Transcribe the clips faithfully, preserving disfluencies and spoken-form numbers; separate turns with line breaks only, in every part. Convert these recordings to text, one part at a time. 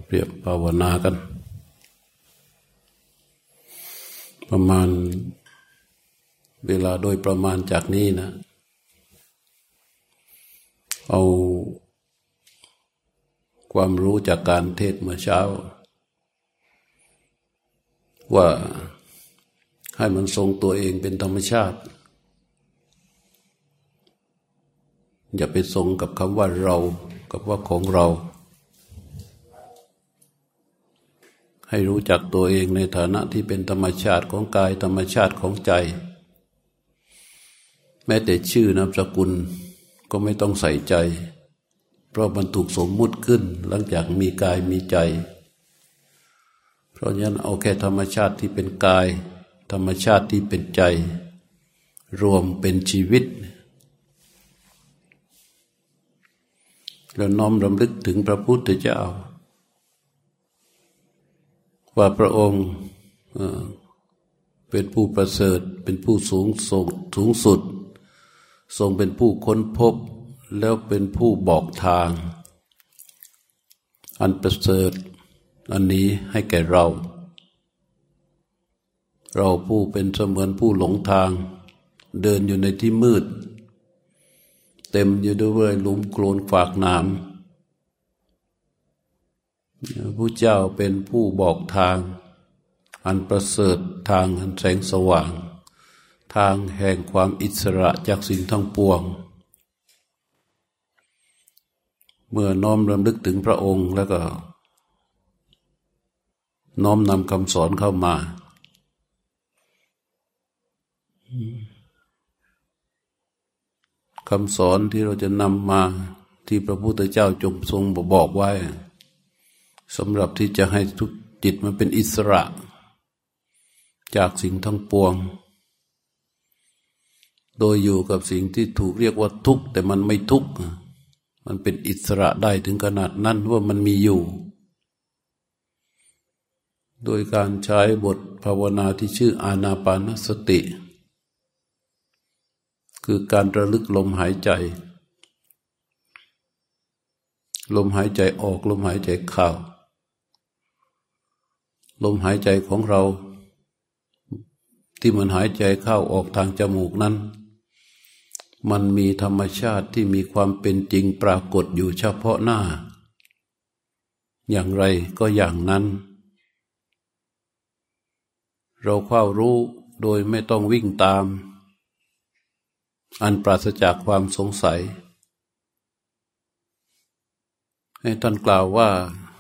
เปรียบภาวนากันประมาณเวลาโดยประมาณจากนี้นะเอาความรู้จากการเทศน์เมื่อเช้าว่าให้มันทรงตัวเองเป็นธรรมชาติอย่าไปทรงกับคำว่าเรากับว่าของเราให้รู้จักตัวเองในฐานะที่เป็นธรรมชาติของกายธรรมชาติของใจแม้แต่ชื่อนามสกุลก็ไม่ต้องใส่ใจเพราะมันถูกสมมุติขึ้นหลังจากมีกายมีใจเพราะฉะนั้นเอาแค่ธรรมชาติที่เป็นกายธรรมชาติที่เป็นใจรวมเป็นชีวิตแล้วน้อมรำลึกถึงพระพุทธเจ้าว่าพระองค์เป็นผู้ประเสริฐเป็นผู้สูงส่งสูงสุดทรงเป็นผู้ค้นพบแล้วเป็นผู้บอกทางอันประเสริฐอันนี้ให้แก่เราเราผู้เป็นเสมือนผู้หลงทางเดินอยู่ในที่มืดเต็มอยู่ด้วยหลุมโคลนฝากหนามพระเจ้าเป็นผู้บอกทางอันประเสริฐทางอันแสงสว่างทางแห่งความอิสระจากสิ่งทั้งปวงเมื่อน้อมรำลึกถึงพระองค์แล้วก็น้อมนำคำสอนเข้ามาคำสอนที่เราจะนำมาที่พระพุทธเจ้าจงทรงบอกไว้สำหรับที่จะให้ทุกจิตมันเป็นอิสระจากสิ่งทั้งปวงโดยอยู่กับสิ่งที่ถูกเรียกว่าทุกข์แต่มันไม่ทุกข์มันเป็นอิสระได้ถึงขนาดนั้นว่ามันมีอยู่โดยการใช้บทภาวนาที่ชื่ออานาปานสติคือการระลึกลมหายใจลมหายใจออกลมหายใจเข้าลมหายใจของเราที่มันหายใจเข้าออกทางจมูกนั้นมันมีธรรมชาติที่มีความเป็นจริงปรากฏอยู่เฉพาะหน้าอย่างไรก็อย่างนั้นเราเข้ารู้โดยไม่ต้องวิ่งตามอันปราศจากความสงสัยให้ท่านกล่าวว่า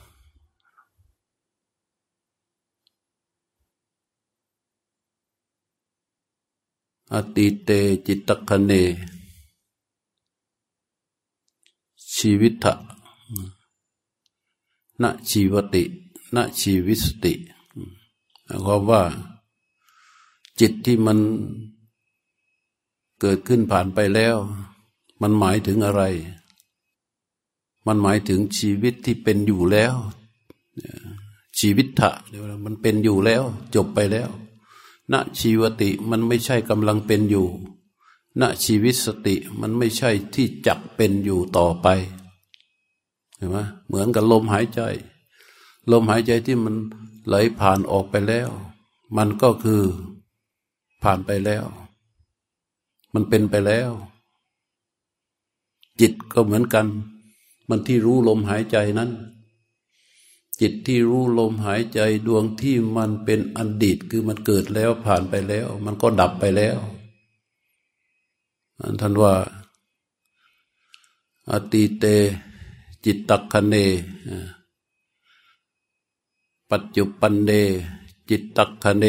อติเตจิตตคเนชีวิตะณชีวติณชีวิสติหมายความว่าจิตที่มันเกิดขึ้นผ่านไปแล้วมันหมายถึงอะไรมันหมายถึงชีวิตที่เป็นอยู่แล้วชีวิตะมันเป็นอยู่แล้วจบไปแล้วณชีวติมันไม่ใช่กำลังเป็นอยู่ณชีวิตสติมันไม่ใช่ที่จักเป็นอยู่ต่อไปเห็นไหมเหมือนกับลมหายใจลมหายใจที่มันไหลผ่านออกไปแล้วมันก็คือผ่านไปแล้วมันเป็นไปแล้วจิตก็เหมือนกันมันที่รู้ลมหายใจนั้นจิตที่รู้ลมหายใจดวงที่มันเป็นอดีตคือมันเกิดแล้วผ่านไปแล้วมันก็ดับไปแล้วท่านว่าอติเตจิตตคเนปัจจุปันเนจิตตคเน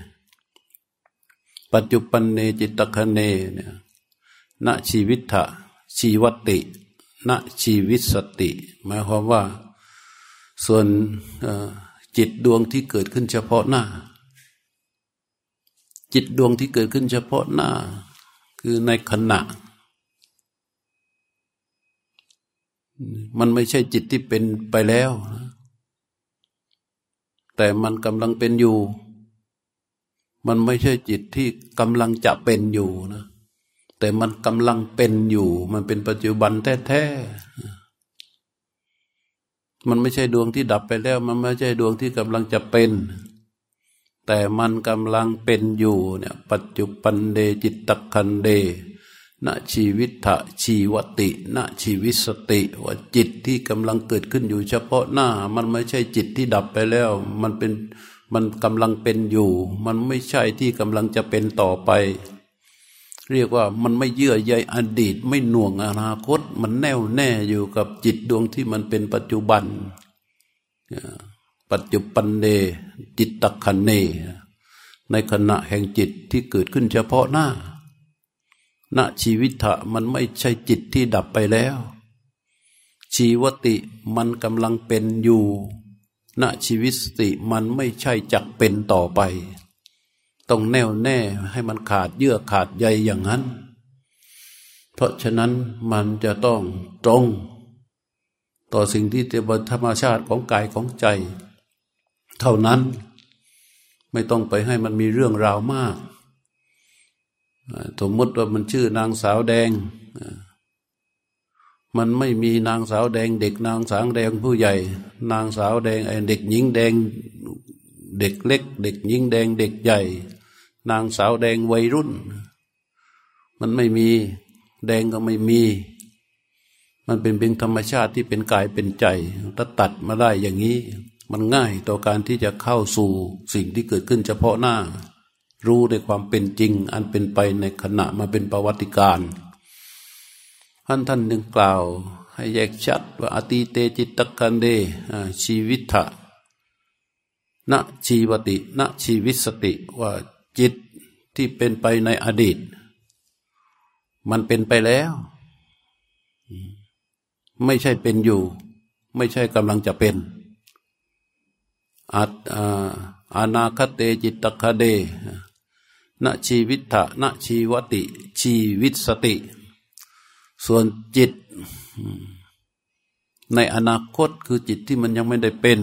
ปัจจุปันเนจิตตคเนเนี่ยณชีวิตะชีวติณชีวิสติหมายความว่าส่วนจิตดวงที่เกิดขึ้นเฉพาะหน้าจิตดวงที่เกิดขึ้นเฉพาะหน้าคือในขณะมันไม่ใช่จิตที่เป็นไปแล้วแต่มันกำลังเป็นอยู่มันไม่ใช่จิตที่กำลังจะเป็นอยู่นะแต่มันกำลังเป็นอยู่มันเป็นปัจจุบันแท้ๆมันไม่ใช่ดวงที่ดับไปแล้วมันไม่ใช่ดวงที่กำลังจะเป็นแต่มันกำลังเป็นอยู่เนี่ยปัจจุปันเดจิตตคันเดณชีวิตถะชีวติณชีวิสติว่าจิตที่กำลังเกิดขึ้นอยู่เฉพาะหน้ามันไม่ใช่จิตที่ดับไปแล้วมันเป็นมันกำลังเป็นอยู่มันไม่ใช่ที่กำลังจะเป็นต่อไปเรียกว่ามันไม่เยื่อใยอดีตไม่หน่วงอนาคตมันแน่วแน่อยู่กับจิตดวงที่มันเป็นปัจจุบันปัจจุปันเนจิตตคันเนในขณะแห่งจิตที่เกิดขึ้นเฉพาะหน้าณชีวิตะมันไม่ใช่จิตที่ดับไปแล้วชีวติมันกำลังเป็นอยู่ณชีวิสติมันไม่ใช่จักเป็นต่อไปต้องแน่วแน่ให้มันขาดเยื่อขาดใยอย่างนั้นเพราะฉะนั้นมันจะต้องตรงต่อสิ่งที่เป็นธรรมชาติของกายของใจเท่านั้นไม่ต้องไปให้มันมีเรื่องราวมากสมมติว่ามันชื่อนางสาวแดงมันไม่มีนางสาวแดงเด็กนางสาวแดงผู้ใหญ่นางสาวแดงไอ้เด็กหญิงแดงเด็กเล็กเด็กหญิงแดงเด็กใหญ่นางสาวแดงวัยรุ่นมันไม่มีแดงก็ไม่มีมันเป็นเพียงธรรมชาติที่เป็นกายเป็นใจถ้าตัดมาได้อย่างนี้มันง่ายต่อการที่จะเข้าสู่สิ่งที่เกิดขึ้นเฉพาะหน้ารู้ในความเป็นจริงอันเป็นไปในขณะมาเป็นประวัติการท่านท่านหนึ่งกล่าวให้แยกชัดว่าอติเตจิตตคันเดชีวิตะณชีวติณชีวิสติว่าจิตที่เป็นไปในอดีตมันเป็นไปแล้วไม่ใช่เป็นอยู่ไม่ใช่กำลังจะเป็นอาอานาคเตจิตตคเดณชีวิตะณชีวติชีวิสติส่วนจิตในอนาคตคือจิตที่มันยังไม่ได้เป็น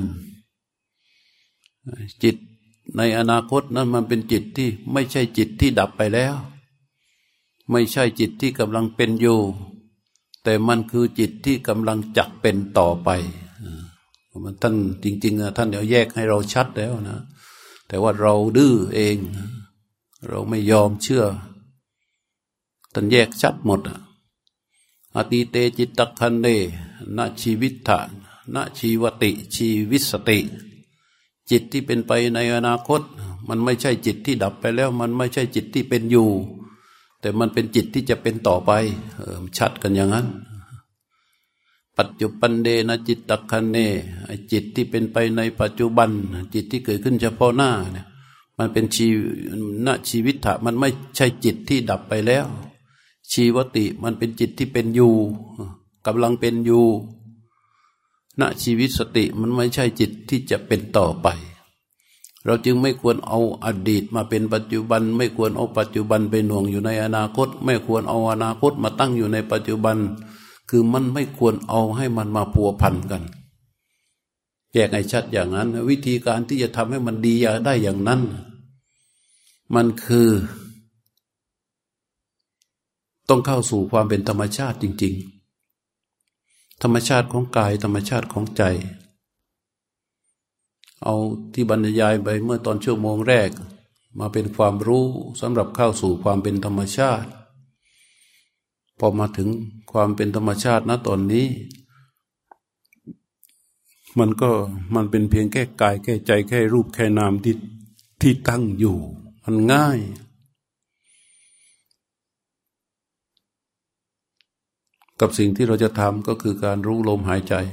จิตในอนาคตนั้นมันเป็นจิตที่ไม่ใช่จิตที่ดับไปแล้วไม่ใช่จิตที่กำลังเป็นอยู่แต่มันคือจิตที่กำลังจักเป็นต่อไปมันท่านจริงๆท่านเดี๋ยวแยกให้เราชัดแล้วนะแต่ว่าเราดื้อเองเราไม่ยอมเชื่อท่านแยกชัดหมดอติเตจิตตคันเดณชีวิตะณชีวติชีวิสติจิตที่เป็นไปในอนาคตมันไม่ใช่จิตที่ดับไปแล้วมันไม่ใช่จิตที่เป็นอยู่แต่มันเป็นจิตที่จะเป็นต่อไปเออชัดกันอย่างนั้นปัจจุบันเดนะจิตตคันเนจิตที่เป็นไปในปัจจุบันจิตที่เกิดขึ้นเฉพาะหน้าเนี่ยมันเป็นชีณชีวิตะมันไม่ใช่จิตที่ดับไปแล้วชีวติมันเป็นจิตที่เป็นอยู่กำลังเป็นอยู่ณชีวิตสติมันไม่ใช่จิตที่จะเป็นต่อไปเราจึงไม่ควรเอาอดีตมาเป็นปัจจุบันไม่ควรเอาปัจจุบันไปหน่วงอยู่ในอนาคตไม่ควรเอาอนาคตมาตั้งอยู่ในปัจจุบันคือมันไม่ควรเอาให้มันมาพัวพันกันแยกให้ชัดอย่างนั้นวิธีการที่จะทำให้มันดีได้อย่างนั้นมันคือต้องเข้าสู่ความเป็นธรรมชาติจริงๆธรรมชาติของกายธรรมชาติของใจเอาที่บรรยายไปเมื่อตอนชั่วโมงแรกมาเป็นความรู้สำหรับเข้าสู่ความเป็นธรรมชาติพอมาถึงความเป็นธรรมชาติณตอนนี้มันก็มันเป็นเพียงแค่กายแค่ใจแค่รูปแค่นามที่ที่ตั้งอยู่มันง่ายกับสิ่งที่เราจะทำก็คือการรู้ลมหายใจ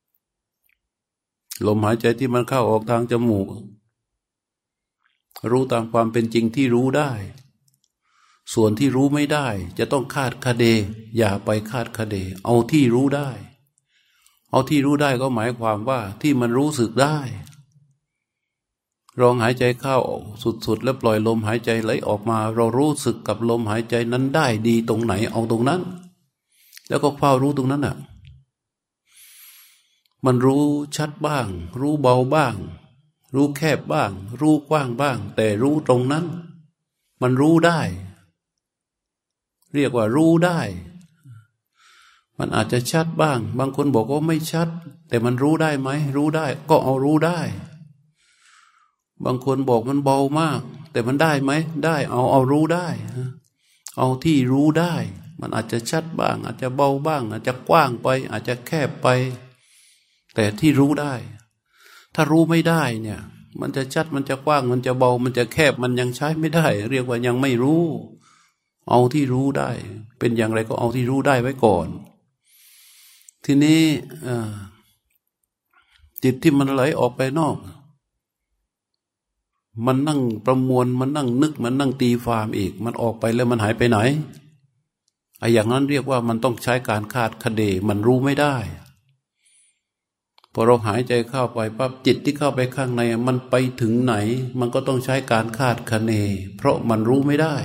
ลมหายใจที่มันเข้าออกทางจมูกรู้ตามความเป็นจริงที่รู้ได้ส่วนที่รู้ไม่ได้จะต้องคาดคะเนอย่าไปคาดคะเนเอาที่รู้ได้เอาที่รู้ได้ก็หมายความว่าที่มันรู้สึกได้ลองหายใจเข้าสุดๆแล้วปล่อยลมหายใจไหลออกมาเรารู้สึกกับลมหายใจนั้นได้ดีตรงไหนเอาตรงนั้นแล้วก็เฝ้ารู้ตรงนั้นน่ะมันรู้ชัดบ้างรู้เบาบ้างรู้แคบบ้างรู้กว้างบ้างแต่รู้ตรงนั้นมันรู้ได้เรียกว่ารู้ได้มันอาจจะชัดบ้างบางคนบอกว่าไม่ชัดแต่มันรู้ได้ไหมรู้ได้ก็เอารู้ได้บางคนบอกมันเบามากแต่มันได้ไหมได้เอาเอารู้ได้เอาที่รู้ได้มันอาจจะชัดบ้างอาจจะเบาบ้างอาจจะกว้างไปอาจจะแคบไปแต่ที่รู้ได้ถ้ารู้ไม่ได้เนี่ยมันจะชัดมันจะกว้างมันจะเบามันจะแคบมันยังใช้ไม่ได้เรียกว่ายังไม่รู้เอาที่รู้ได้เป็นอย่างไรก็เอาที่รู้ได้ไว้ก่อนทีนี้จิตที่มันไหลออกไปนอกมันนั่งประมวลมันนั่งนึกมันนั่งตีความอีกมันออกไปแล้วมันหายไปไหนไอ้อย่างนั้นเรียกว่ามันต้องใช้การคาดคะเนมันรู้ไม่ได้พอเราหายใจเข้าไปปั๊บจิตที่เข้าไปข้างในมันไปถึงไหนมันก็ต้องใช้การคาดคะเนเพราะมันรู้ไม่ได้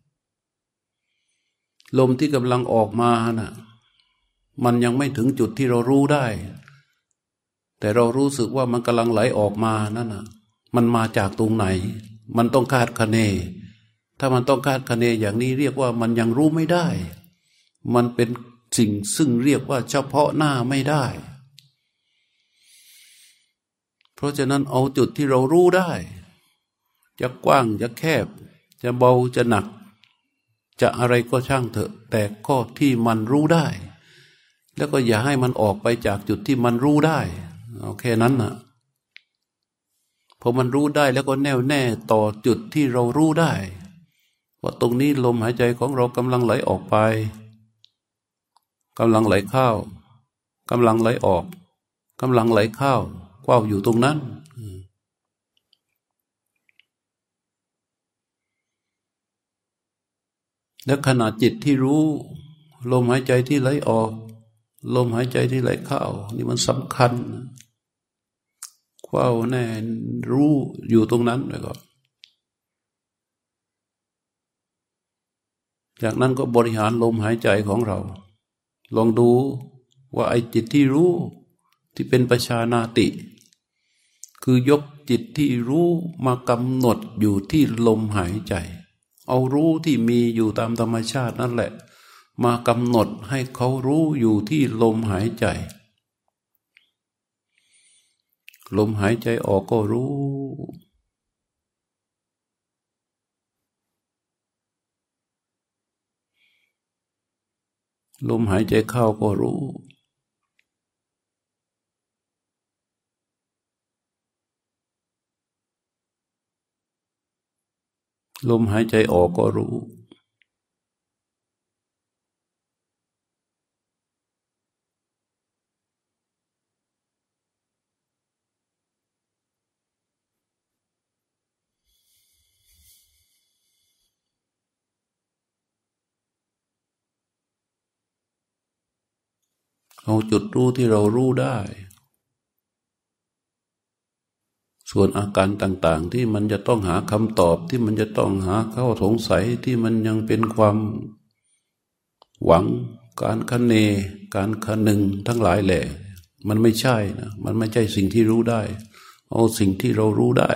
ลมที่กำลังออกมาน่ะมันยังไม่ถึงจุดที่เรารู้ได้แต่เรารู้สึกว่ามันกำลังไหลออกมานั่นน่ะมันมาจากตรงไหนมันต้องคาดคะเนถ้ามันต้องคาดคะเนอย่างนี้เรียกว่ามันยังรู้ไม่ได้มันเป็นสิ่งซึ่งเรียกว่าเฉพาะหน้าไม่ได้เพราะฉะนั้นเอาจุดที่เรารู้ได้จะกว้างจะแคบจะเบาจะหนักจะอะไรก็ช่างเถอะแต่ก็ที่มันรู้ได้แล้วก็อย่าให้มันออกไปจากจุดที่มันรู้ได้เอาแค่นั้นนะพอมันรู้ได้แล้วก็แน่วแน่ต่อจุดที่เรารู้ได้ว่าตรงนี้ลมหายใจของเรากำลังไหลออกไปกำลังไหลเข้ากำลังไหลออกกำลังไหลเข้าคว้าอยู่ตรงนั้นและขณะจิตที่รู้ลมหายใจที่ไหลออกลมหายใจที่ไหลเข้านี่มันสำคัญคว้าแน่รู้อยู่ตรงนั้นแล้วก็จากนั้นก็บริหารลมหายใจของเราลองดูว่าไอ้จิตที่รู้ที่เป็นปัจฉานาติคือยกจิตที่รู้มากำหนดอยู่ที่ลมหายใจเอารู้ที่มีอยู่ตามธรรมชาตินั่นแหละมากำหนดให้เขารู้อยู่ที่ลมหายใจลมหายใจออกก็รู้ลมหายใจเข้าก็รู้ลมหายใจออกก็รู้เอาจุดรู้ที่เรารู้ได้ส่วนอาการต่างๆที่มันจะต้องหาคำตอบที่มันจะต้องหาข้อสงสัยที่มันยังเป็นความหวังการคะเนการคะนึงทั้งหลายแหละมันไม่ใช่นะมันไม่ใช่สิ่งที่รู้ได้เอาสิ่งที่เรารู้ได้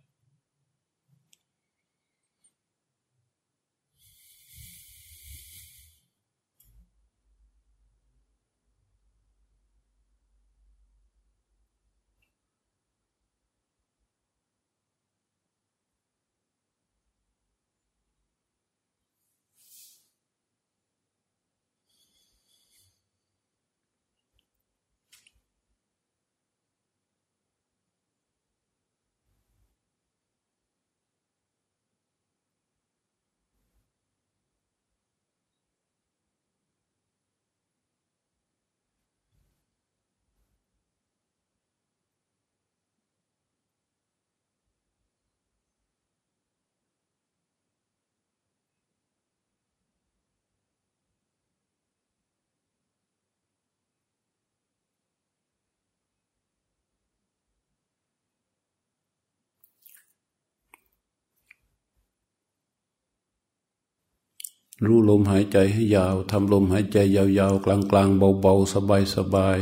รู้ลมหายใจให้ยาวทำลมหายใจยาวๆกลางๆเบาๆสบาย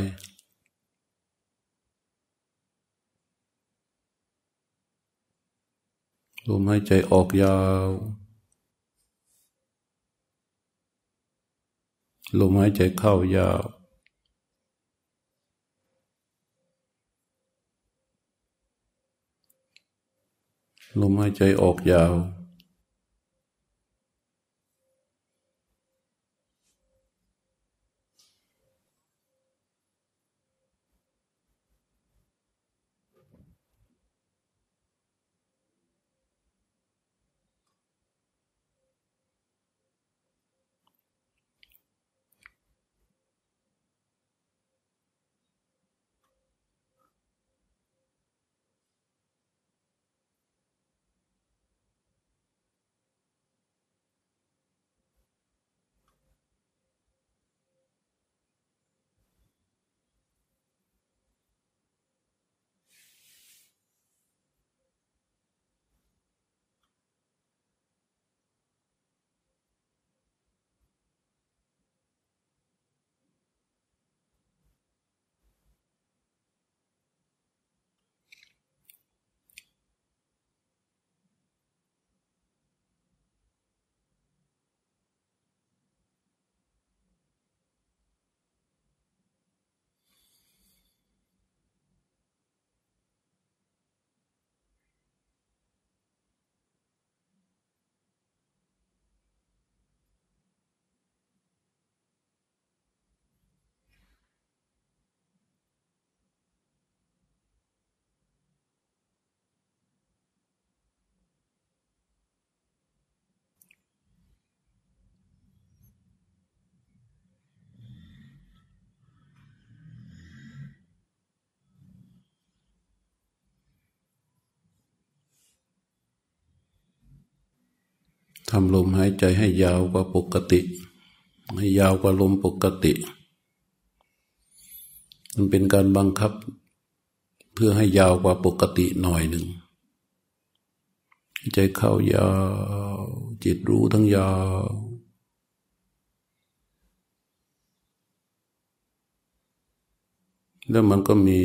ๆลมหายใจออกยาวลมหายใจเข้ายาวลมหายใจออกยาวทำลมหายใจให้ยาวกว่าปกติให้ยาวกว่าลมปกติมันเป็นการบังคับเพื่อให้ยาวกว่าปกติหน่อยหนึ่งใจเข้ายาวจิตรู้ทั้งยาวแล้วมันก็มี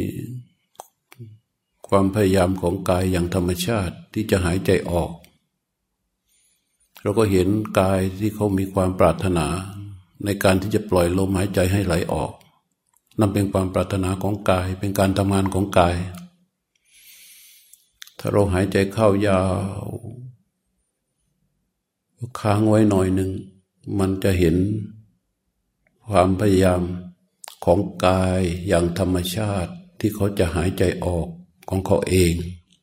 ความพยายามของกายอย่างธรรมชาติที่จะหายใจออกเราก็เห็นกายที่เขามีความปรารถนาในการที่จะปล่อยลมหายใจให้ไหลออกนั่นเป็นความปรารถนาของกายเป็นการทำงานของกายถ้าเราหายใจเข้ายาวค้างไว้หน่อยหนึ่งมันจะเห็นความพยายามของกายอย่างธรรมชาติที่เขาจะหายใจออกของเขาเอง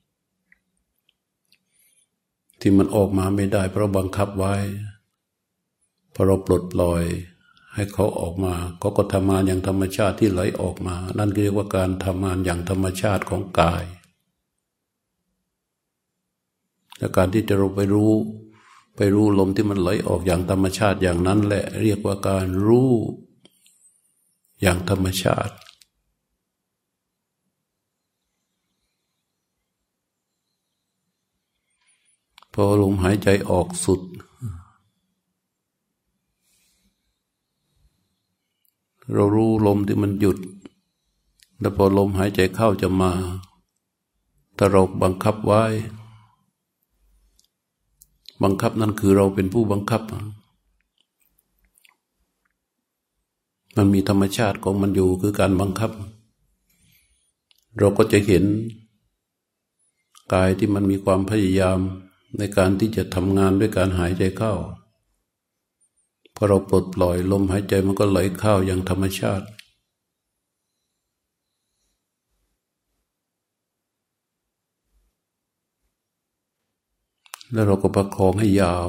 ที่มันออกมาไม่ได้เพราะบังคับไว้พอเราปลดปล่อยให้เขาออกมาเขาก็ทำงานอย่างธรรมชาติที่ไหลออกมานั่นเรียกว่าการทำงานอย่างธรรมชาติของกายและการที่จะเราไปรู้ไปรู้ลมที่มันไหลออกอย่างธรรมชาติอย่างนั้นแหละเรียกว่าการรู้อย่างธรรมชาติพอลมหายใจออกสุดเรารู้ลมที่มันหยุดแล้วพอลมหายใจเข้าจะมาถ้าเราบังคับไว้บังคับนั่นคือเราเป็นผู้บังคับมันมีธรรมชาติของมันอยู่คือการบังคับเราก็จะเห็นกายที่มันมีความพยายามในการที่จะทำงานด้วยการหายใจเข้าพอเราปลดปล่อยลมหายใจมันก็ไหลเข้าอย่างธรรมชาติแล้วเราก็ประคองให้ยาว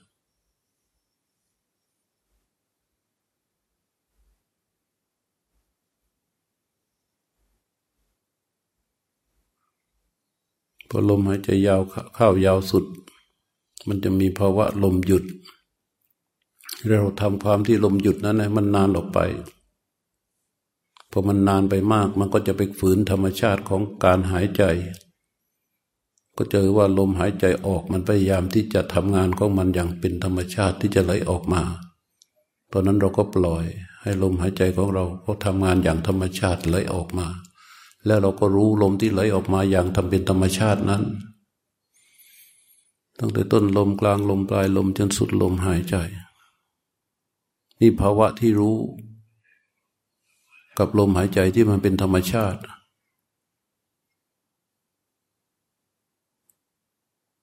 พอลมหายใจยาวเข้ายาวสุดมันจะมีภาวะลมหยุดเราทำความที่ลมหยุดนั้นให้มันนานออกไปพอมันนานไปมากมันก็จะไปฝืนธรรมชาติของการหายใจก็เจอว่าลมหายใจออกมันพยายามที่จะทำงานของมันอย่างเป็นธรรมชาติที่จะไหลออกมาตอนนั้นเราก็ปล่อยให้ลมหายใจของเราเขาทำงานอย่างธรรมชาติไหลออกมาแล้วเราก็รู้ลมที่ไหลออกมาอย่างทำเป็นธรรมชาตินั้นตั้งแต่ต้นลมกลางลมปลายลมจนสุดลมหายใจนี่ภาวะที่รู้กับลมหายใจที่มันเป็นธรรมชาติ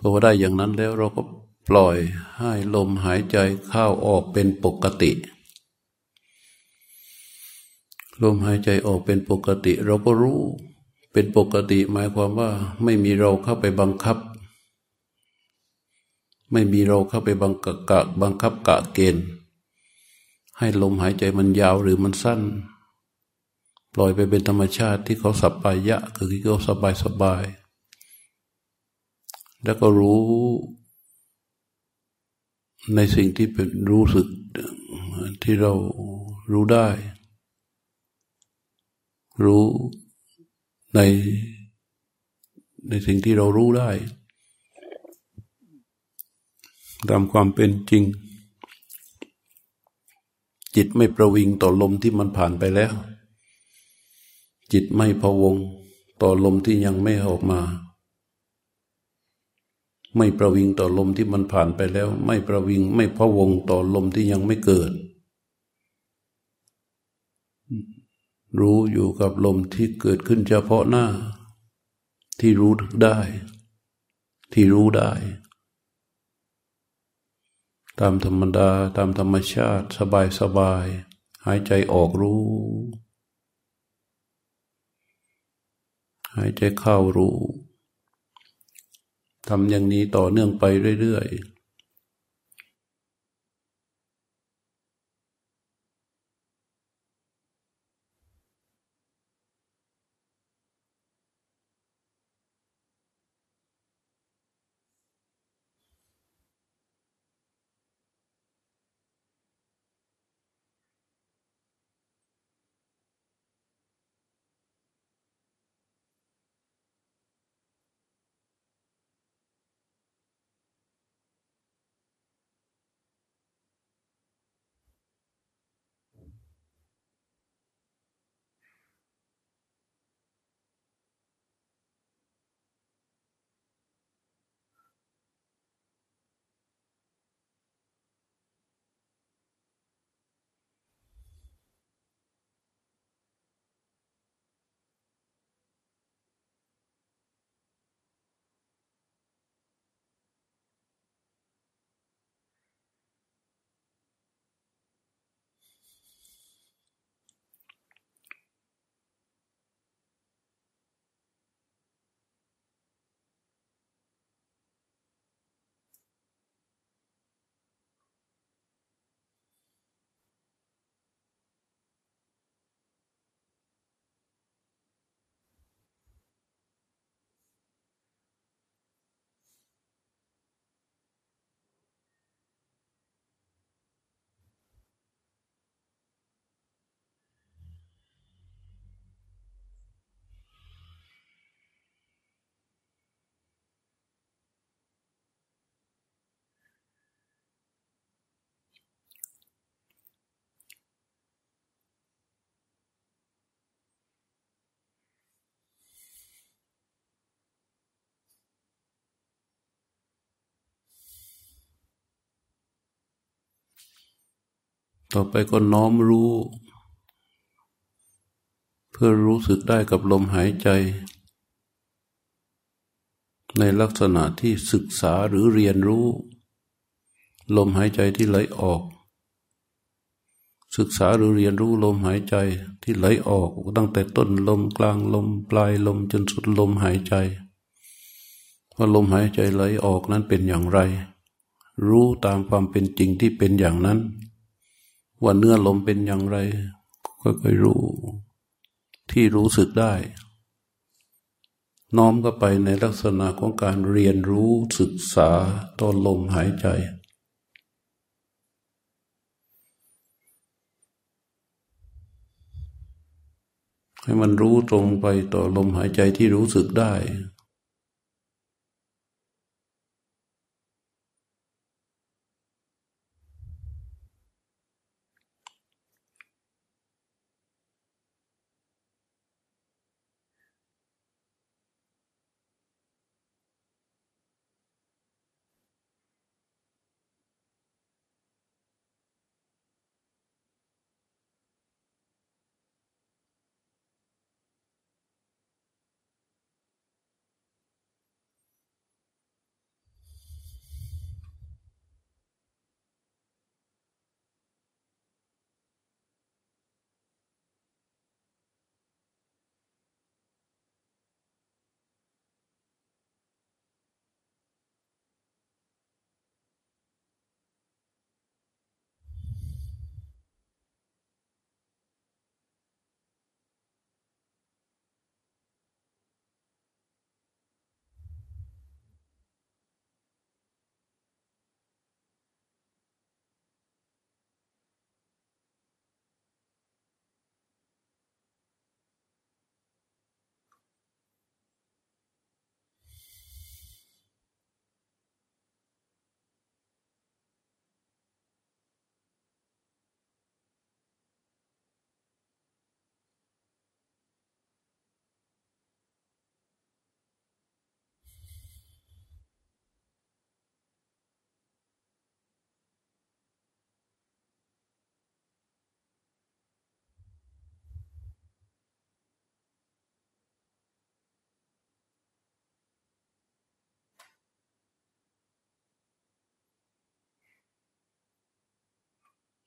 พอได้อย่างนั้นแล้วเราก็ปล่อยให้ลมหายใจเข้าออกเป็นปกติลมหายใจออกเป็นปกติเราก็รู้เป็นปกติหมายความว่าไม่มีเราเข้าไปบังคับไม่มีเราเข้าไปบังกะกะบังคับกะเกณฑ์ให้ลมหายใจมันยาวหรือมันสั้นปล่อยไปเป็นธรรมชาติที่เขาสัปปายะคือที่เขาสบายสบายแล้วก็รู้ในสิ่งที่เป็นรู้สึกที่เรารู้ได้รู้ในในสิ่งที่เรารู้ได้ตามความเป็นจริงจิตไม่ประวิงต่อลมที่มันผ่านไปแล้วจิตไม่พะวงต่อลมที่ยังไม่ออกมาไม่ประวิงต่อลมที่มันผ่านไปแล้วไม่ประวิงไม่พะวงต่อลมที่ยังไม่เกิดรู้อยู่กับลมที่เกิดขึ้นเฉพาะหน้าที่รู้ได้ที่รู้ได้ตามธรรมดาตามธรรมชาติสบายสบายหายใจออกรู้หายใจเข้ารู้ทำอย่างนี้ต่อเนื่องไปเรื่อยๆต่อไปก็น้อมรู้เพื่อรู้สึกได้กับลมหายใจในลักษณะที่ศึกษาหรือเรียนรู้ลมหายใจที่ไหลออกศึกษาหรือเรียนรู้ลมหายใจที่ไหลออกตั้งแต่ต้นลมกลางลมปลายลมจนสุดลมหายใจว่าลมหายใจไหลออกนั้นเป็นอย่างไรรู้ตามความเป็นจริงที่เป็นอย่างนั้นว่าเนื้อลมเป็นอย่างไรค่อยๆรู้ที่รู้สึกได้น้อมเข้าไปในลักษณะของการเรียนรู้ศึกษาต่อลมหายใจให้มันรู้ตรงไปต่อลมหายใจที่รู้สึกได้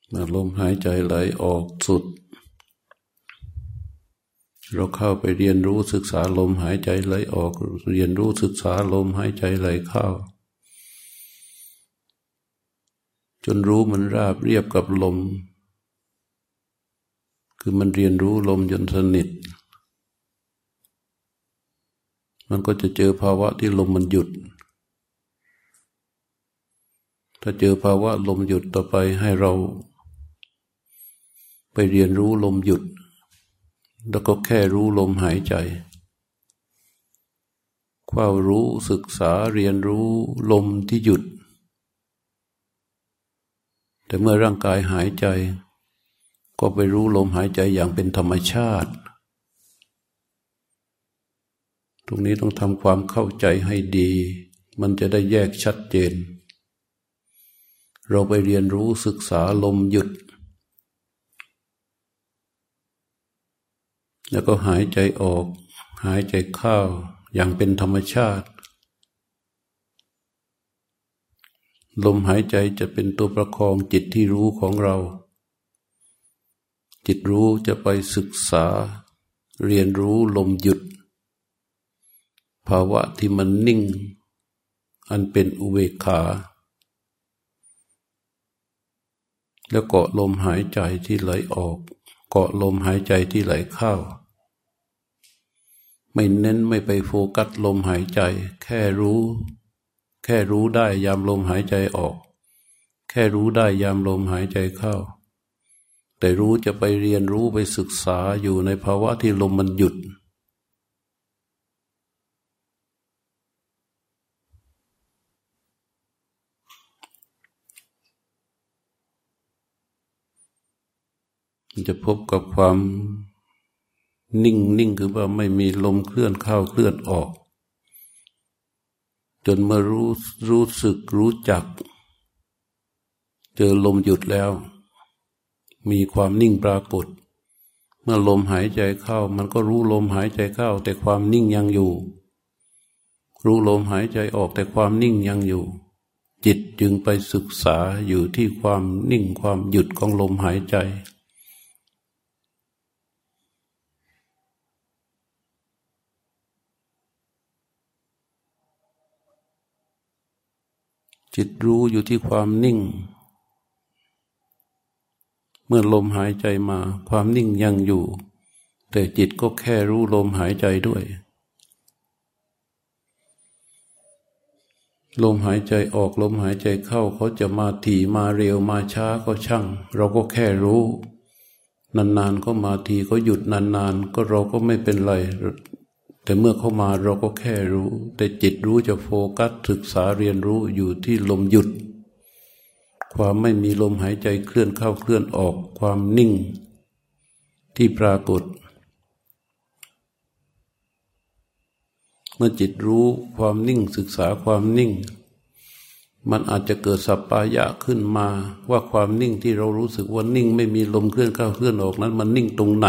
เมื่อลมหายใจไหลออกสุดเราเข้าไปเรียนรู้ศึกษาลมหายใจไหลออกเรียนรู้ศึกษาลมหายใจไหลเข้าจนรู้มันราบเรียบกับลมคือมันเรียนรู้ลมจนสนิทมันก็จะเจอภาวะที่ลมมันหยุดถ้าเจอภาวะลมหยุดต่อไปให้เราไปเรียนรู้ลมหยุดแล้วก็แค่รู้ลมหายใจความรู้ศึกษาเรียนรู้ลมที่หยุดแต่เมื่อร่างกายหายใจก็ไปรู้ลมหายใจอย่างเป็นธรรมชาติตรงนี้ต้องทำความเข้าใจให้ดีมันจะได้แยกชัดเจนเราไปเรียนรู้ศึกษาลมหยุดแล้วก็หายใจออกหายใจเข้าอย่างเป็นธรรมชาติลมหายใจจะเป็นตัวประคองจิตที่รู้ของเราจิตรู้จะไปศึกษาเรียนรู้ลมหยุดภาวะที่มันนิ่งอันเป็นอุเบกขาแล้วเกาะลมหายใจที่ไหลออกเกาะลมหายใจที่ไหลเข้าไม่เน้นไม่ไปโฟกัสลมหายใจแค่รู้แค่รู้ได้ยามลมหายใจออกแค่รู้ได้ยามลมหายใจเข้าแต่รู้จะไปเรียนรู้ไปศึกษาอยู่ในภาวะที่ลมมันหยุดจะพบกับความนิ่งนิ่งคือว่าไม่มีลมเคลื่อนเข้าเคลื่อนออกจนเมื่อรู้รู้สึกรู้จักเจอลมหยุดแล้วมีความนิ่งปรากฏเมื่อลมหายใจเข้ามันก็รู้ลมหายใจเข้าแต่ความนิ่งยังอยู่รู้ลมหายใจออกแต่ความนิ่งยังอยู่จิตจึงไปศึกษาอยู่ที่ความนิ่งความหยุดของลมหายใจจิตรู้อยู่ที่ความนิ่งเมื่อลมหายใจมาความนิ่งยังอยู่แต่จิตก็แค่รู้ลมหายใจด้วยลมหายใจออกลมหายใจเข้าเขาจะมาถี่มาเร็วมาช้าก็ช่างเราก็แค่รู้นานๆก็มาทีก็หยุดนานๆก็เราก็ไม่เป็นไรแต่เมื่อเข้ามาเราก็แค่รู้แต่จิตรู้จะโฟกัสศึกษาเรียนรู้อยู่ที่ลมหยุดความไม่มีลมหายใจเคลื่อนเข้าเคลื่อนออกความนิ่งที่ปรากฏเมื่อจิตรู้ความนิ่งศึกษาความนิ่งมันอาจจะเกิดสัปปายะขึ้นมาว่าความนิ่งที่เรารู้สึกว่านิ่งไม่มีลมเคลื่อนเข้าเคลื่อนออกนั้นมันนิ่งตรงไหน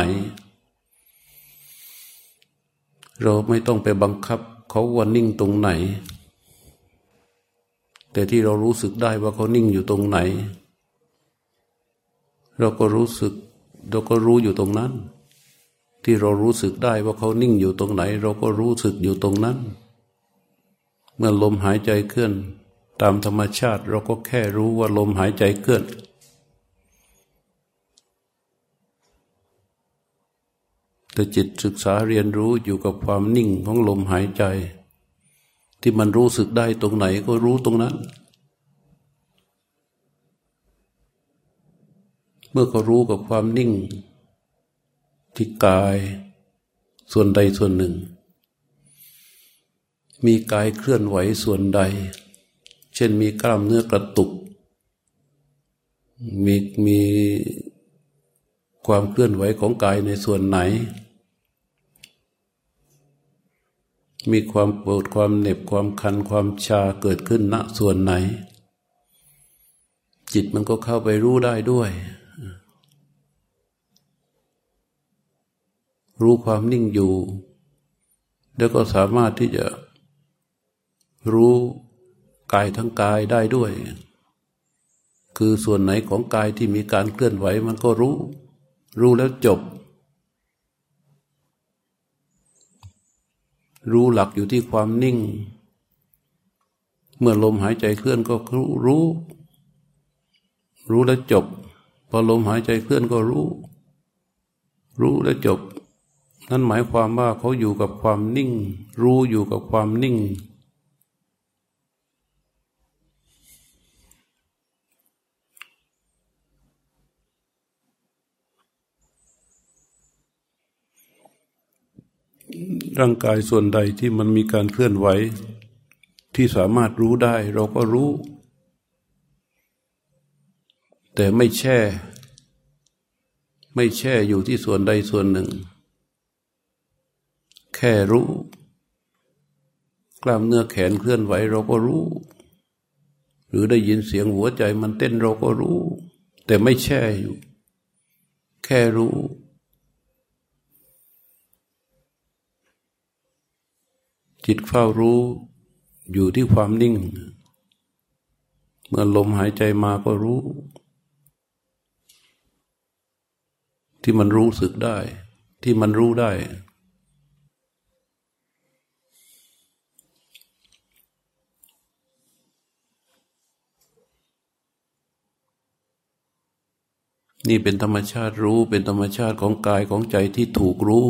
เราไม่ต้องไปบังคับเขาว่านิ่งตรงไหนแต่ที่เรารู้สึกได้ว่าเขานิ่งอยู่ตรงไหนเราก็รู้สึกเราก็รู้อยู่ตรงนั้นที่เรารู้สึกได้ว่าเขานิ่งอยู่ตรงไหนเราก็รู้สึกอยู่ตรงนั้นเมื่อลมหายใจเคลื่อนตามธรรมชาติเราก็แค่รู้ว่าลมหายใจเคลื่อนแต่จิตศึกษาเรียนรู้อยู่กับความนิ่งของลมหายใจที่มันรู้สึกได้ตรงไหนก็รู้ตรงนั้นเมื่อเขารู้กับความนิ่งที่กายส่วนใดส่วนหนึ่งมีกายเคลื่อนไหวส่วนใดเช่นมีกล้ามเนื้อกระตุกมีมีความเคลื่อนไหวของกายในส่วนไหนมีความปวดความเหน็บความคันความชาเกิดขึ้นณส่วนไหนจิตมันก็เข้าไปรู้ได้ด้วยรู้ความนิ่งอยู่แล้วก็สามารถที่จะรู้กายทั้งกายได้ด้วยคือส่วนไหนของกายที่มีการเคลื่อนไหวมันก็รู้รู้แล้วจบรู้หลักอยู่ที่ความนิ่งเมื่อลมหายใจเคลื่อนก็รู้รู้รู้แล้วจบพอลมหายใจเคลื่อนก็รู้รู้แล้วจบนั่นหมายความว่าเขาอยู่กับความนิ่งรู้อยู่กับความนิ่งร่างกายส่วนใดที่มันมีการเคลื่อนไหวที่สามารถรู้ได้เราก็รู้แต่ไม่แช่ไม่แช่อยู่ที่ส่วนใดส่วนหนึ่งแค่รู้กล้ามเนื้อแขนเคลื่อนไหวเราก็รู้หรือได้ยินเสียงหัวใจมันเต้นเราก็รู้แต่ไม่แช่อยู่แค่รู้จิตเฝ้ารู้อยู่ที่ความนิ่งเมื่อลมหายใจมาก็รู้ที่มันรู้สึกได้ที่มันรู้ได้นี่เป็นธรรมชาติรู้เป็นธรรมชาติของกายของใจที่ถูกรู้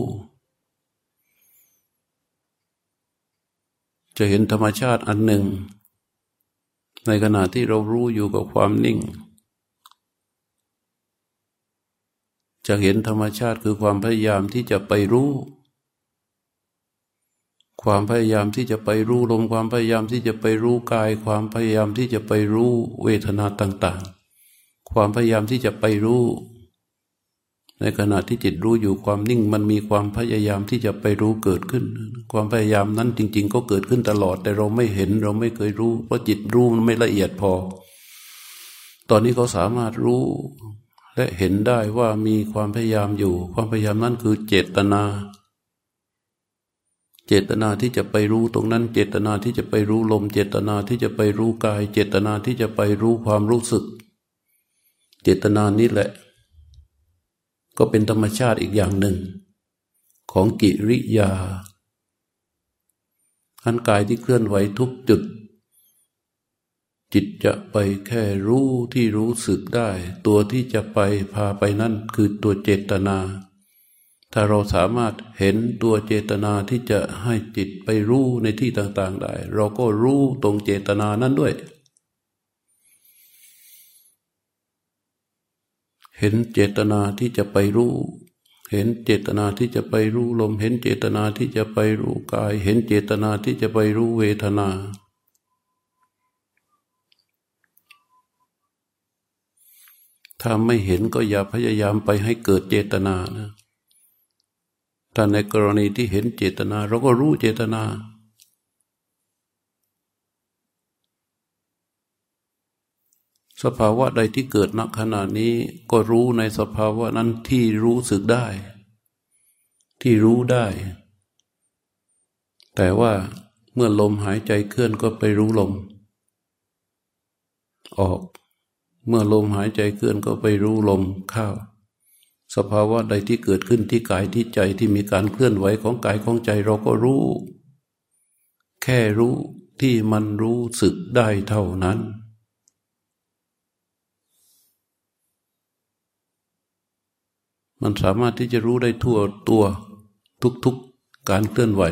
จะเห็นธรรมชาติอันหนึ่งในขณะที่เรารู้อยู่กับความนิ่งจะเห็นธรรมชาติคือความพยายามที่จะไปรู้ความพยายามที่จะไปรู้ลมความพยายามที่จะไปรู้กายความพยายามที่จะไปรู้เวทนาต่างๆความพยายามที่จะไปรู้ในขณะที่จิตรู้อยู่ความนิ่งมันมีความพยายามที่จะไปรู้เกิดขึ้นความพยายามนั้นจริงๆก็เกิดขึ้นตลอดแต่เราไม่เห็นเราไม่เคยรู้เพราะจิตรู้มันไม่ละเอียดพอตอนนี้เขาสามารถรู้และเห็นได้ว่ามีความพยายามอยู่ความพยายามนั้นคือเจตนาเจตนาที่จะไปรู้ตรงนั้นเจตนาที่จะไปรู้ลมเจตนาที่จะไปรู้กายเจตนาที่จะไปรู้ความรู้สึกเจตนานี้แหละก็เป็นธรรมชาติอีกอย่างหนึ่งของกิริยาอันกายที่เคลื่อนไหวทุกจุดจิตจะไปแค่รู้ที่รู้สึกได้ตัวที่จะไปพาไปนั่นคือตัวเจตนาถ้าเราสามารถเห็นตัวเจตนาที่จะให้จิตไปรู้ในที่ต่างๆได้เราก็รู้ตรงเจตนานั้นด้วยเห็นเจตนาที่จะไปรู้เห็นเจตนาที่จะไปรู้ลมเห็นเจตนาที่จะไปรู้กายเห็นเจตนาที่จะไปรู้เวทนาถ้าไม่เห็นก็อย่าพยายามไปให้เกิดเจตนานะถ้าในกรณีที่เห็นเจตนาเราก็รู้เจตนาสภาวะใดที่เกิดณขณะนี้ก็รู้ในสภาวะนั้นที่รู้สึกได้ที่รู้ได้แต่ว่าเมื่อลมหายใจเคลื่อนก็ไปรู้ลมออกเมื่อลมหายใจเคลื่อนก็ไปรู้ลมเข้าสภาวะใดที่เกิดขึ้นที่กายที่ใจที่มีการเคลื่อนไหวของกายของใจเราก็รู้แค่รู้ที่มันรู้สึกได้เท่านั้นมันสามารถที่จะรู้ได้ทั่วตัวทุกๆการเคลื่อนไหว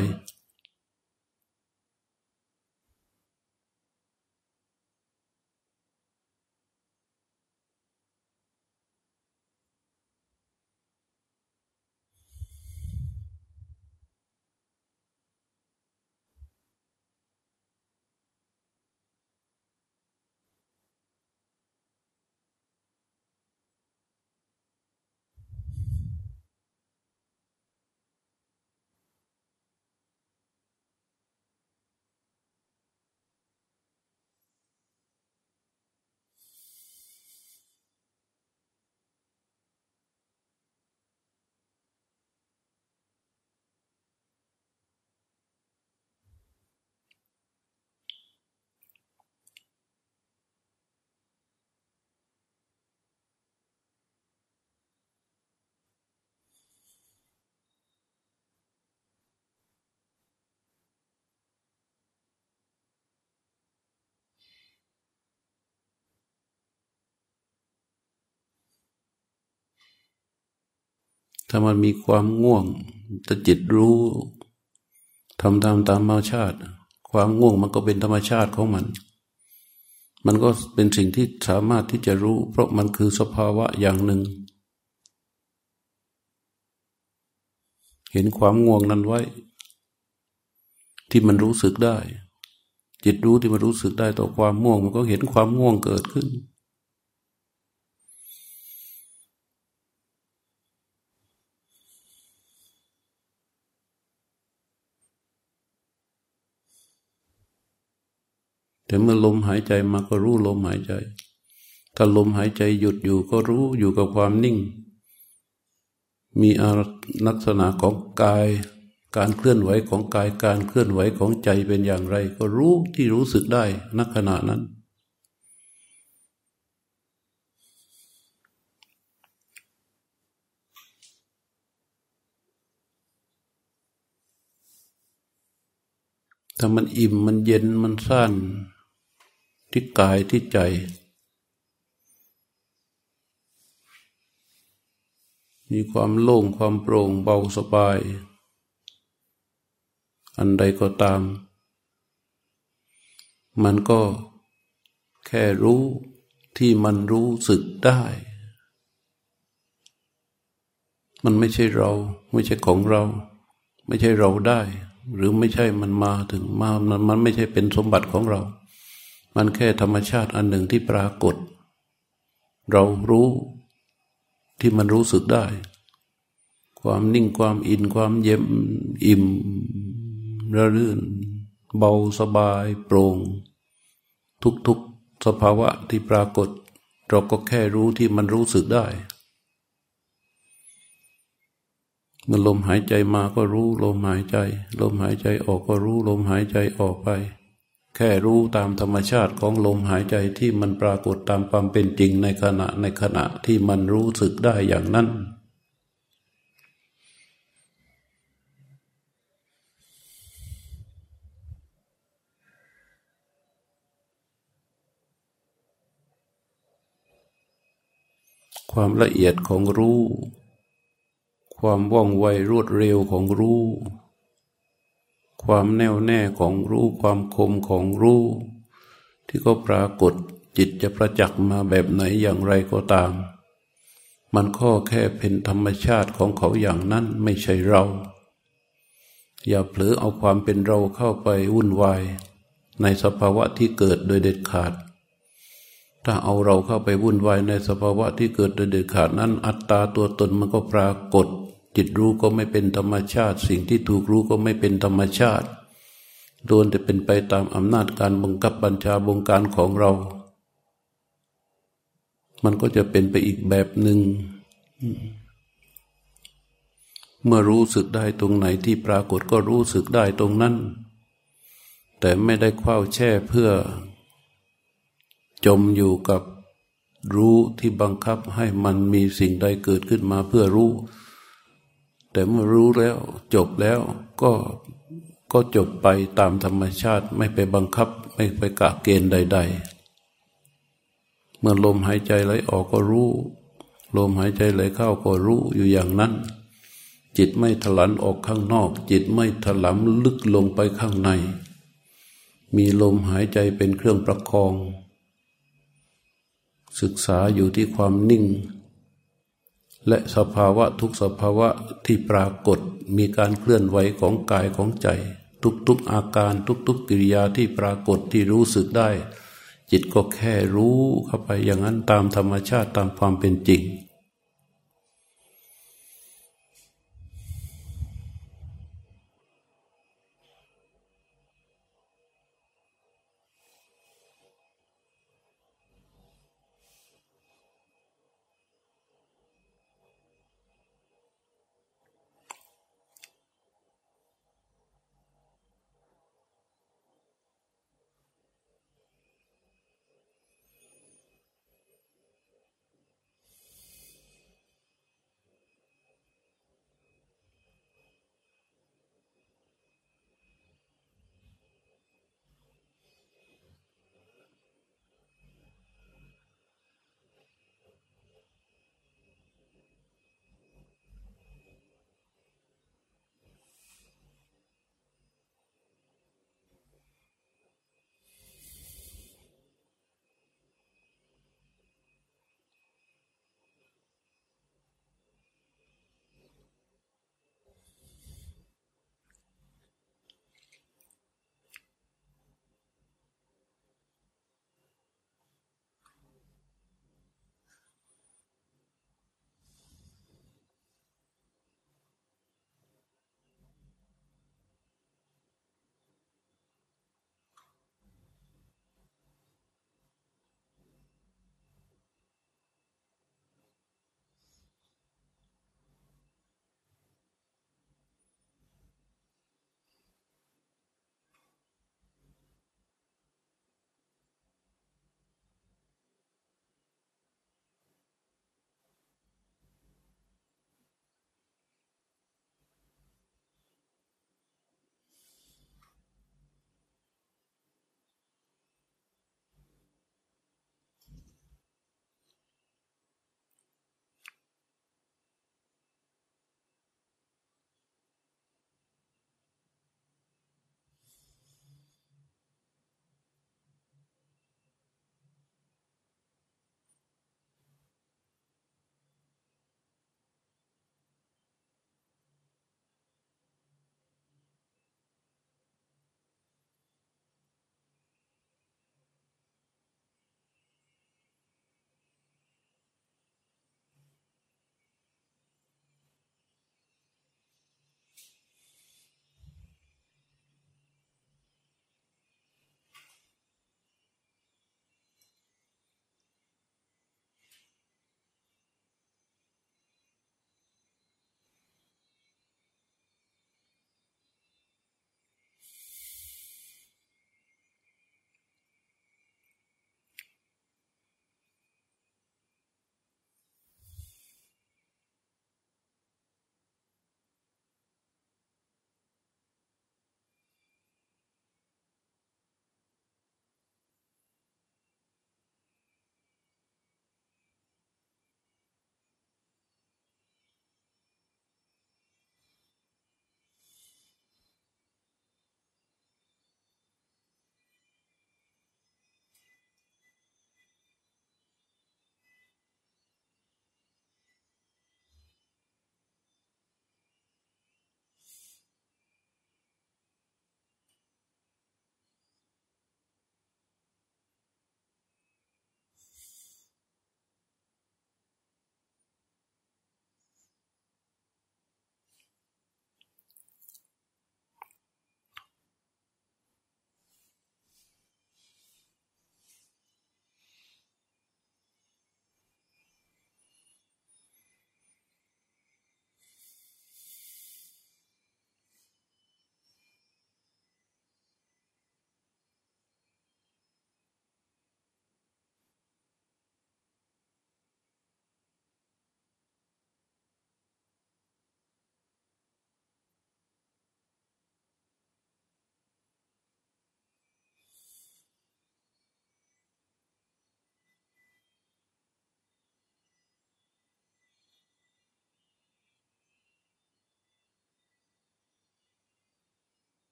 ถ้ามันมีความง่วงแต่จิตรู้ทำตามตามธรรมชาติความง่วงมันก็เป็นธรรมชาติของมันมันก็เป็นสิ่งที่สามารถที่จะรู้เพราะมันคือสภาวะอย่างหนึ่งเห็นความง่วงนั้นไว้ที่มันรู้สึกได้จิตรู้ที่มันรู้สึกได้ต่อความง่วงมันก็เห็นความง่วงเกิดขึ้นแต่เมื่อลมหายใจมาก็รู้ลมหายใจถ้าลมหายใจหยุดอยู่ก็รู้อยู่กับความนิ่งมีลักษณะของกายการเคลื่อนไหวของกายการเคลื่อนไหวของใจเป็นอย่างไรก็รู้ที่รู้สึกได้ณขณะนั้นถ้ามันอิ่มมันเย็นมันซ่านที่กายที่ใจมีความโล่งความโปร่งเบาสบายอันใดก็ตามมันก็แค่รู้ที่มันรู้สึกได้มันไม่ใช่เราไม่ใช่ของเราไม่ใช่เราได้หรือไม่ใช่มันมาถึงมามันมันไม่ใช่เป็นสมบัติของเรามันแค่ธรรมชาติอันหนึ่งที่ปรากฏเรารู้ที่มันรู้สึกได้ความนิ่งความอินความเย็นอิ่มระลื่นเบาสบายโปร่งทุกๆสภาวะที่ปรากฏเราก็แค่รู้ที่มันรู้สึกได้เมื่อลมหายใจมาก็รู้ลมหายใจลมหายใจออกก็รู้ลมหายใจออกไปแค่รู้ตามธรรมชาติของลมหายใจที่มันปรากฏตามความเป็นจริงในขณะในขณะที่มันรู้สึกได้อย่างนั้นความละเอียดของรู้ความว่องไวรวดเร็วของรู้ความแน่วแน่ของรู้ความคมของรู้ที่ก็ปรากฏจิตจะประจักษ์มาแบบไหนอย่างไรก็ตามมันก็แค่เป็นธรรมชาติของเขาอย่างนั้นไม่ใช่เราอย่าเผลอเอาความเป็นเราเข้าไปวุ่นวายในสภาวะที่เกิดโดยเด็ดขาดถ้าเอาเราเข้าไปวุ่นวายในสภาวะที่เกิดโดยเด็ดขาดนั้นอัตตาตัวตนมันก็ปรากฏจิตรู้ก็ไม่เป็นธรรมชาติสิ่งที่ถูกรู้ก็ไม่เป็นธรรมชาติโดนแต่เป็นไปตามอำนาจการบังคับบัญชาบงการของเรามันก็จะเป็นไปอีกแบบหนึ่งเมื่อรู้สึกได้ตรงไหนที่ปรากฏก็รู้สึกได้ตรงนั้นแต่ไม่ได้คว้าแช่เพื่อจมอยู่กับรู้ที่บังคับให้มันมีสิ่งใดเกิดขึ้นมาเพื่อรู้แต่เมื่อรู้แล้วจบแล้วก็ก็จบไปตามธรรมชาติไม่ไปบังคับไม่ไปกะเกณฑ์ใดๆเมื่อลมหายใจไหลออกก็รู้ลมหายใจไหลเข้าก็รู้อยู่อย่างนั้นจิตไม่ถลันออกข้างนอกจิตไม่ถลำลึกลงไปข้างในมีลมหายใจเป็นเครื่องประคองศึกษาอยู่ที่ความนิ่งและสภาวะทุกสภาวะที่ปรากฏมีการเคลื่อนไหวของกายของใจทุกๆอาการทุกๆกิริยาที่ปรากฏที่รู้สึกได้จิตก็แค่รู้เข้าไปอย่างนั้นตามธรรมชาติตามความเป็นจริง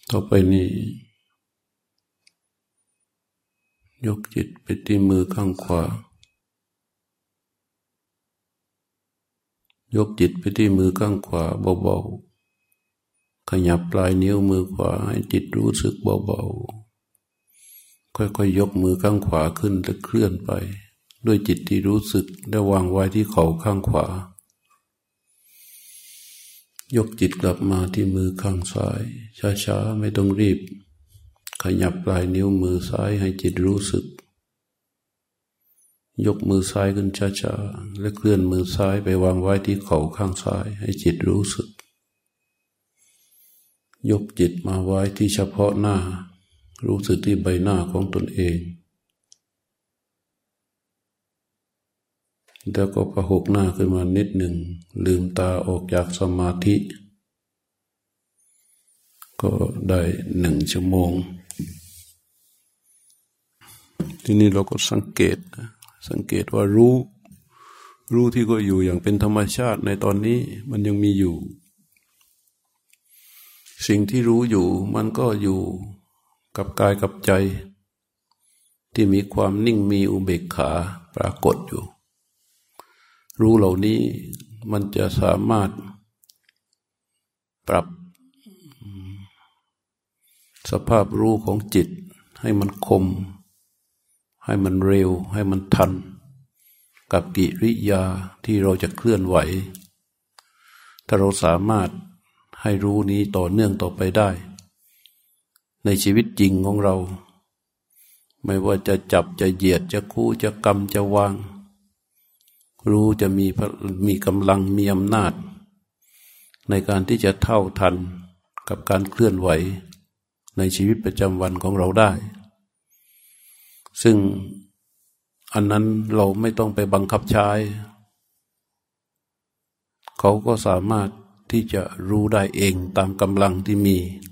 ต่อไปนี้ยกจิตไปที่มือข้างขวายกจิตไปที่มือข้างขวาเบาๆขยับปลายนิ้วมือขวาให้จิตรู้สึกเบาๆค่อยๆ ย, ยกมือข้างขวาขึ้นและเคลื่อนไปด้วยจิตที่รู้สึกและวางไว้ที่เข่าข้างขวายกจิตกลับมาที่มือข้างซ้ายช้าๆไม่ต้องรีบขยับปลายนิ้วมือซ้ายให้จิตรู้สึกยกมือซ้ายขึ้นช้าๆและเคลื่อนมือซ้ายไปวางไว้ที่เข่าข้างซ้ายให้จิตรู้สึกยกจิตมาไว้ที่เฉพาะหน้ารู้สึกที่ใบหน้าของตนเองแล้วก็ประหกหน้าขึ้นมานิดหนึ่งลืมตาออกจากสมาธิก็ได้หนึ่งชั่วโมงทีนี้เราก็สังเกตสังเกตว่ารู้รู้ที่ก็อยู่อย่างเป็นธรรมชาติในตอนนี้มันยังมีอยู่สิ่งที่รู้อยู่มันก็อยู่กับกายกับใจที่มีความนิ่งมีอุเบกขาปรากฏอยู่รู้เหล่านี้มันจะสามารถปรับสภาพรู้ของจิตให้มันคมให้มันเร็วให้มันทันกับกิริยาที่เราจะเคลื่อนไหวถ้าเราสามารถให้รู้นี้ต่อเนื่องต่อไปได้ในชีวิตจริงของเราไม่ว่าจะจับจะเหยียดจะคู่จะกำจะวางรู้จะมีมีกำลังมีอำนาจในการที่จะเท่าทันกับการเคลื่อนไหวในชีวิตประจำวันของเราได้ซึ่งอันนั้นเราไม่ต้องไปบังคับใช้เขาก็สามารถที่จะรู้ได้เองตามกำลังที่มี